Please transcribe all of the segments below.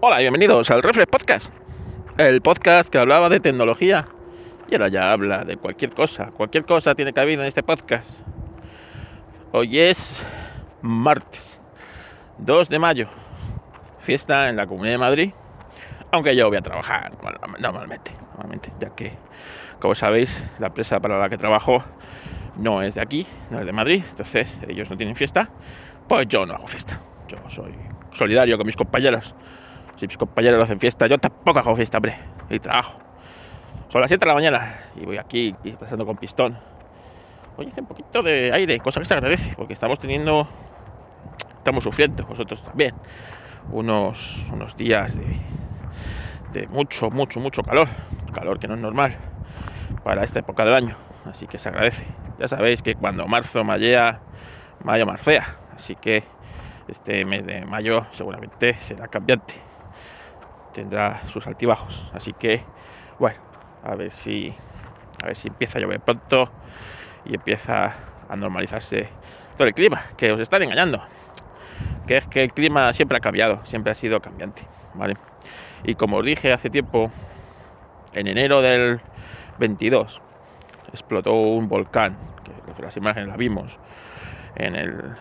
Hola y bienvenidos al Reflex Podcast, el podcast que hablaba de tecnología y ahora ya habla de cualquier cosa tiene cabida en este podcast. Hoy es martes 2 de mayo, fiesta en la Comunidad de Madrid, aunque yo voy a trabajar normalmente, ya que, como sabéis, la empresa para la que trabajo no es de aquí, no es de Madrid, entonces ellos no tienen fiesta, pues yo no hago fiesta. Yo soy solidario con mis compañeros. Si mis compañeros hacen fiesta, yo tampoco hago fiesta, hombre, y trabajo. Son las 7 de la mañana y voy aquí pasando con pistón. Hoy hace un poquito de aire, cosa que se agradece, porque estamos sufriendo, vosotros también, unos días de mucho calor que no es normal para esta época del año, así que se agradece. Ya sabéis que cuando marzo mallea, mayo marcea, así que este mes de mayo seguramente será cambiante, tendrá sus altibajos, así que bueno, a ver si empieza a llover pronto y empieza a normalizarse todo el clima, que os están engañando, que es que el clima siempre ha cambiado, siempre ha sido cambiante, ¿vale? Y como os dije hace tiempo, en enero del 22 explotó un volcán, que las imágenes las vimos en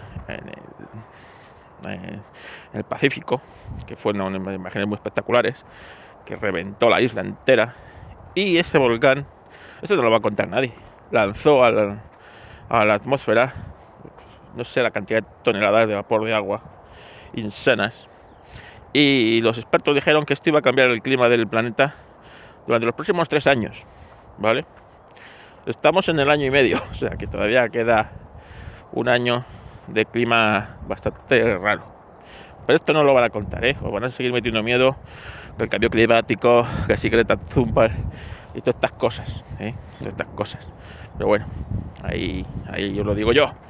el Pacífico, que fueron unas imágenes muy espectaculares, que reventó la isla entera. Y ese volcán, esto no lo va a contar nadie, lanzó a la atmósfera, no sé la cantidad de toneladas de vapor de agua insanas, y los expertos dijeron que esto iba a cambiar el clima del planeta durante los próximos 3 años, ¿vale? Estamos en el año y medio, o sea que todavía queda un año de clima bastante raro. Pero esto no lo van a contar, os van a seguir metiendo miedo del cambio climático, que si Greta Thunberg y todas estas cosas, Pero bueno, ahí os lo digo yo,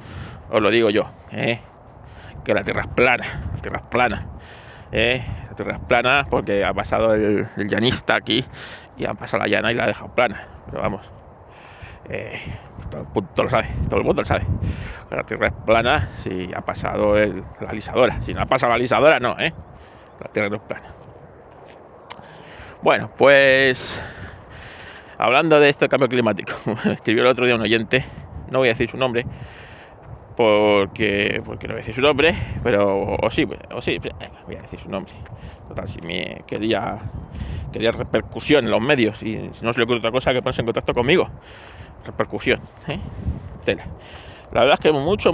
que la Tierra es plana, la Tierra es plana porque ha pasado el llanista aquí y ha pasado la llana y la ha dejado plana, pero vamos. Todo el mundo lo sabe. La Tierra es plana si ha pasado la alisadora. Si no ha pasado la alisadora, no, la Tierra no es plana. Bueno, pues hablando de esto del cambio climático, escribió el otro día un oyente, no voy a decir su nombre, porque no voy a decir su nombre, pero o sí, voy a decir su nombre. Total, si me quería repercusión en los medios y si no se le ocurre otra cosa que ponerse en contacto conmigo. Repercusión, tela. La verdad es que mucho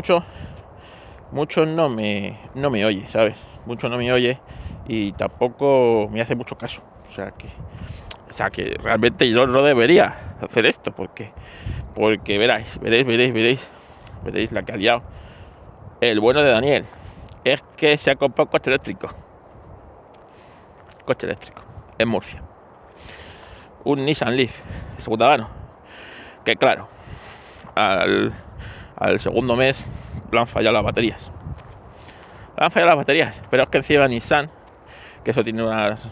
no me oye, ¿sabes? Mucho no me oye y tampoco me hace mucho caso. O sea que realmente yo no debería hacer esto porque veréis la que ha liado el bueno de Daniel. Es que se ha comprado coche eléctrico en Murcia, un Nissan Leaf de segunda mano, que claro, al segundo mes le han fallado las baterías. Pero es que encima Nissan, que eso tiene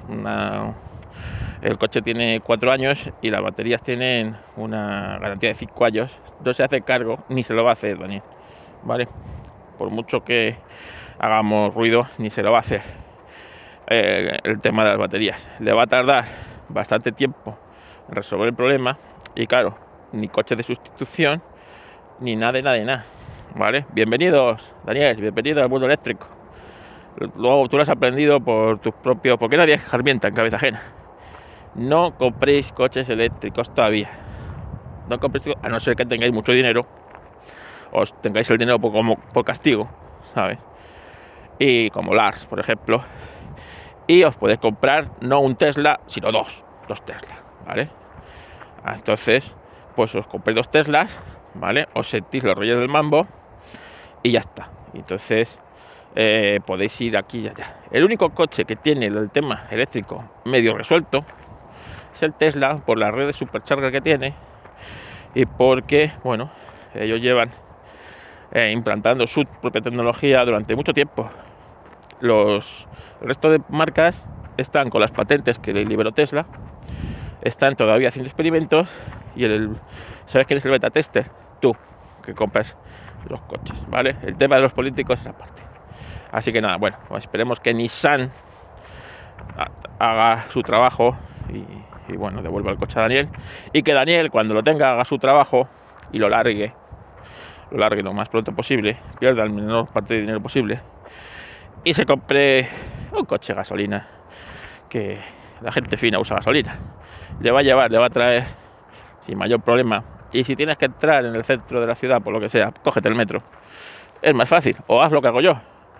el coche tiene 4 años y las baterías tienen una garantía de 5 años, no se hace cargo ni se lo va a hacer Daniel, ¿vale? Por mucho que hagamos ruido, ni se lo va a hacer. El tema de las baterías le va a tardar bastante tiempo en resolver el problema y claro, ni coche de sustitución ni nada, ¿vale? Bienvenidos, Daniel, bienvenido al mundo eléctrico. Luego tú lo has aprendido por tus propios, porque nadie escarmienta en cabeza ajena. No compréis coches eléctricos todavía, a no ser que tengáis mucho dinero, os tengáis el dinero por castigo, ¿sabes? Y como Lars, por ejemplo, y os podéis comprar no un Tesla, sino dos Tesla, ¿vale? Entonces, pues os compréis 2 Teslas, ¿vale? Os sentís los reyes del mambo y ya está. Entonces, podéis ir aquí y allá. El único coche que tiene el tema eléctrico medio resuelto es el Tesla, por la red de supercharger que tiene y porque, bueno, ellos llevan implantando su propia tecnología durante mucho tiempo. El resto de marcas están con las patentes que le liberó Tesla, están todavía haciendo experimentos y ¿sabes quién es el beta tester? Tú, que compras los coches, ¿vale? El tema de los políticos es aparte. Así que nada, bueno, pues esperemos que Nissan haga su trabajo y bueno, devuelva el coche a Daniel, y que Daniel, cuando lo tenga, haga su trabajo y lo largue lo más pronto posible, pierda el menor parte de dinero posible y se compre un coche de gasolina, que la gente fina usa gasolina. Le va a traer sin mayor problema. Y si tienes que entrar en el centro de la ciudad, por lo que sea, cógete el metro. Es más fácil, o haz lo que hago yo.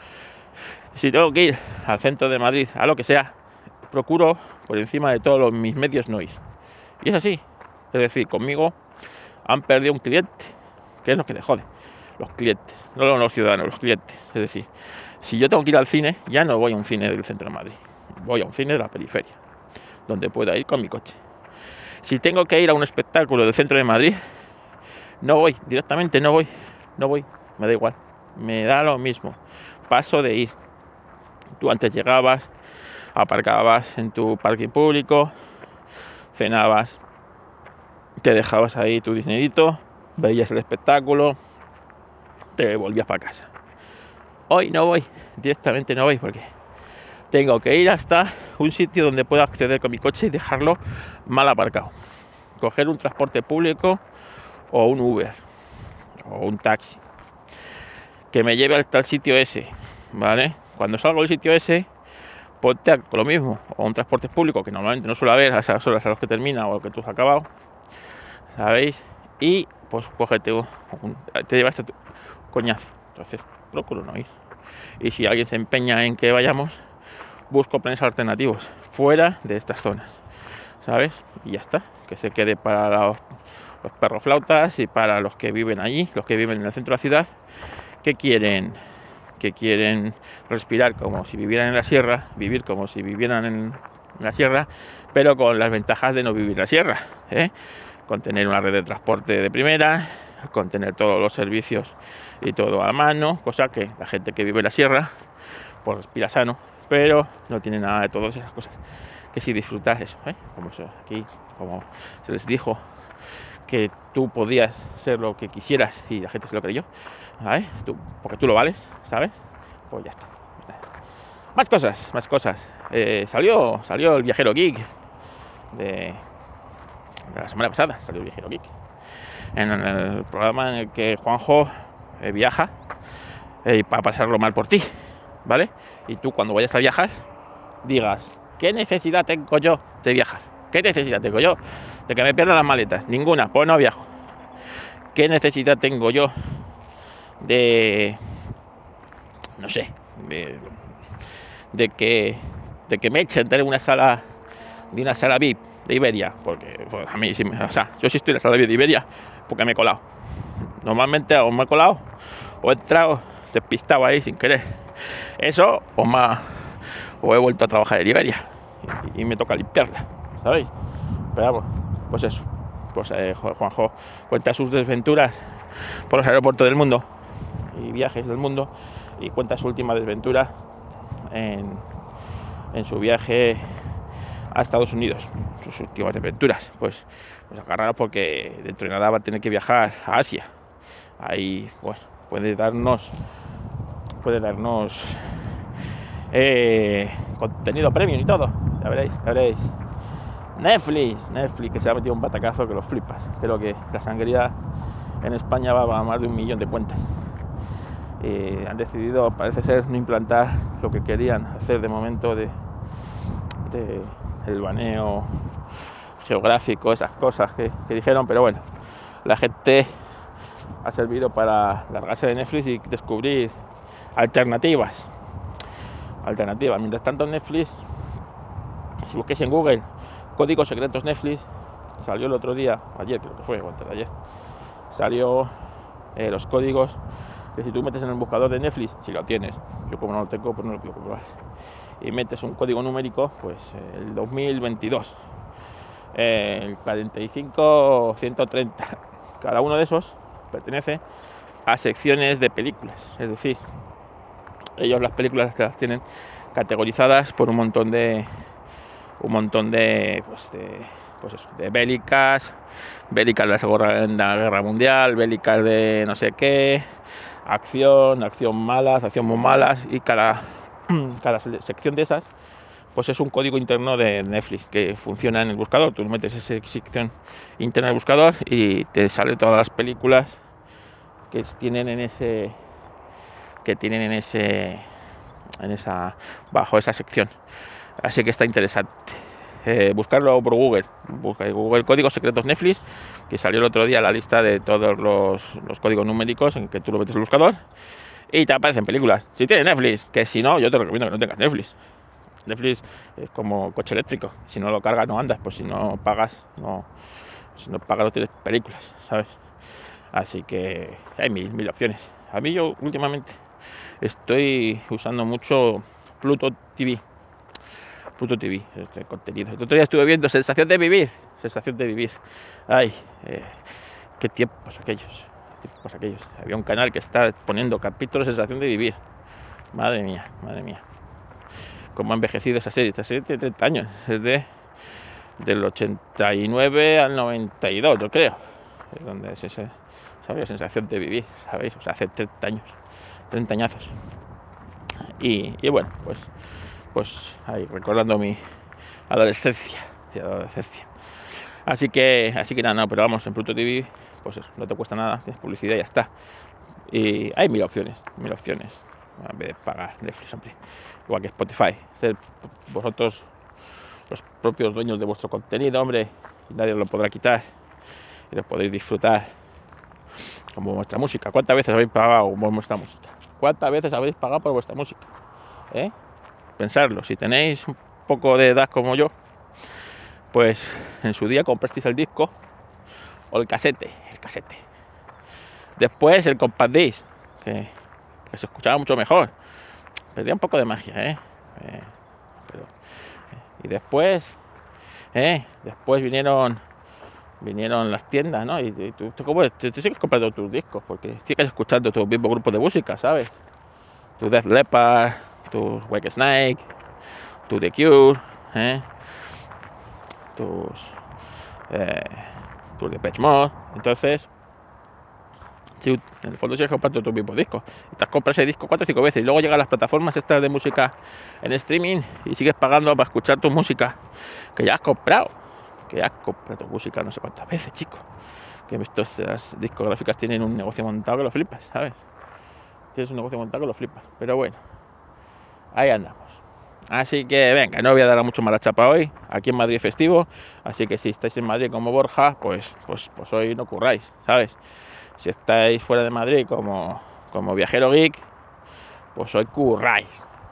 Si tengo que ir al centro de Madrid, a lo que sea, procuro por encima de todos mis medios no ir. Y es así. Es decir, conmigo han perdido un cliente, que es lo que te jode. Los clientes, no los ciudadanos, los clientes. Es decir, si yo tengo que ir al cine, ya no voy a un cine del centro de Madrid. Voy a un cine de la periferia, donde pueda ir con mi coche. Si tengo que ir a un espectáculo del centro de Madrid, no voy, directamente no voy, me da igual, me da lo mismo. Paso de ir. Tú antes llegabas, aparcabas en tu parking público, cenabas, te dejabas ahí tu dinerito, veías el espectáculo, te volvías para casa. Hoy no voy, directamente no voy, porque tengo que ir hasta un sitio donde pueda acceder con mi coche y dejarlo mal aparcado. Coger un transporte público o un Uber o un taxi que me lleve hasta el sitio ese, ¿vale? Cuando salgo del sitio ese, ponte con lo mismo, o un transporte público que normalmente no suele haber a esas horas a las que termina o que tú has acabado, ¿sabéis? Y pues cógete te llevas tu coñazo. Entonces procuro no ir. Y si alguien se empeña en que vayamos, busco planes alternativos fuera de estas zonas, ¿sabes? Y ya está, que se quede para los perroflautas y para los que viven allí, los que viven en el centro de la ciudad, que quieren respirar como si vivieran en la sierra, vivir como si vivieran en la sierra, pero con las ventajas de no vivir en la sierra, con tener una red de transporte de primera, con tener todos los servicios y todo a mano, cosa que la gente que vive en la sierra pues respira sano, pero no tiene nada de todas esas cosas. Que si disfrutas eso, como eso, aquí, como se les dijo que tú podías ser lo que quisieras y la gente se lo creyó, ¿sabes? Porque tú lo vales, ¿sabes? Pues ya está. Más cosas. Salió el Viajero Geek de la semana pasada, salió el Viajero Geek. En el programa en el que Juanjo viaja para pasarlo mal por ti, ¿vale? Y tú cuando vayas a viajar digas, ¿qué necesidad tengo yo de viajar? ¿Qué necesidad tengo yo de que me pierdan las maletas? Ninguna, pues no viajo. ¿Qué necesidad tengo yo de, no sé, de que me echen de una sala VIP de Iberia? Porque pues, a mí, yo sí estoy en la sala VIP de Iberia porque me he colado. Normalmente o me he colado o he entrado despistado ahí sin querer. Eso o he vuelto a trabajar en Iberia y me toca limpiarla, ¿sabéis? Pero vamos, pues eso. Pues Juanjo cuenta sus desventuras por los aeropuertos del mundo y viajes del mundo, y cuenta su última desventura en su viaje a Estados Unidos, sus últimas desventuras. Pues agarraros, porque dentro de nada va a tener que viajar a Asia. Ahí pues puede darnos contenido premium y todo. Ya veréis. Netflix, que se ha metido un batacazo que los flipas. Creo que la sangría en España va a más de 1 millón de cuentas. Han decidido, parece ser, no implantar lo que querían hacer de momento de el baneo geográfico, esas cosas que dijeron, pero bueno, la gente ha servido para largarse de Netflix y descubrir alternativas. Mientras tanto, Netflix, si busquéis en Google códigos secretos Netflix, salió el otro día, ayer creo que fue, o antes de ayer, salió los códigos que si tú metes en el buscador de Netflix, si lo tienes, yo como no lo tengo, pues no lo puedo comprobar, y metes un código numérico, pues el 2022, el 45130, cada uno de esos pertenece a secciones de películas. Es decir, ellos las películas las tienen categorizadas por un montón de bélicas de la Segunda Guerra Mundial, bélicas de no sé qué, acción malas, acción muy malas, y cada sección de esas pues es un código interno de Netflix que funciona en el buscador. Tú metes esa sección interna del buscador y te salen todas las películas que tienen bajo esa sección. Así que está interesante. Buscarlo por Google. Busca Google Códigos Secretos Netflix, que salió el otro día la lista de todos los códigos numéricos en que tú lo metes en el buscador y te aparecen películas. Si tienes Netflix, que si no, yo te recomiendo que no tengas Netflix. Netflix es como coche eléctrico. Si no lo cargas, no andas. Pues si no pagas, no tienes películas, ¿sabes? Así que hay mil opciones. A mí yo últimamente estoy usando mucho Pluto TV, este contenido. El otro día estuve viendo Sensación de Vivir. Ay, qué tiempos aquellos. Había un canal que está poniendo capítulos de Sensación de Vivir. Madre mía. Cómo ha envejecido esa serie. Esta serie tiene 30 años. Es del 89 al 92, yo creo. Es donde es esa Sensación de Vivir, ¿sabéis? O sea, hace 30 años. 30 añazos. Y bueno, pues ahí recordando mi adolescencia. Así que nada, no, pero vamos, en Pluto TV, pues eso, no te cuesta nada, tienes publicidad y ya está. Y hay mil opciones, en vez de pagar Netflix, hombre. Igual que Spotify, ser vosotros los propios dueños de vuestro contenido, hombre, y nadie lo podrá quitar y lo podréis disfrutar como vuestra música. ¿Cuántas veces habéis pagado por vuestra música? ¿Cuántas veces habéis pagado por vuestra música? Pensarlo, si tenéis un poco de edad como yo, pues en su día comprasteis el disco o el casete. Después el compact disc, que se escuchaba mucho mejor, perdía un poco de magia, y después vinieron las tiendas, ¿no? Y tú sigues comprando tus discos porque sigues escuchando tu mismo grupo de música, ¿sabes? Tu Def Leppard, tu Whitesnake, tu The Cure, tus Depeche Mode. Entonces, si en el fondo sigues comprando tu mismo disco y te has comprado ese disco 4 o 5 veces y luego llegan las plataformas estas de música en streaming y sigues pagando para escuchar tu música que ya has comprado tu música no sé cuántas veces, chicos. Que estas discográficas tienen un negocio montado que lo flipas, ¿sabes? Tienes un negocio montado que lo flipas. Pero bueno, ahí andamos. Así que venga, no voy a dar mucho más la chapa hoy. Aquí en Madrid es festivo, así que si estáis en Madrid como Borja, pues hoy no curráis, ¿sabes? Si estáis fuera de Madrid como viajero geek, pues hoy curráis,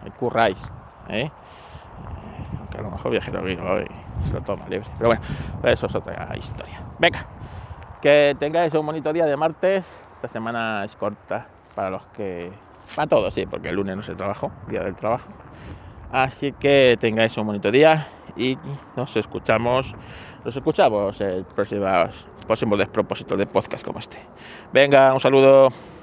aunque a lo mejor viajero geek hoy se lo toma libre, pero bueno, eso es otra historia. Venga, que tengáis un bonito día de martes. Esta semana es corta para todos, sí, porque el lunes no se trabajó, día del trabajo. Así que tengáis un bonito día y nos escuchamos en próximos despropósitos de podcast como este. Venga, un saludo.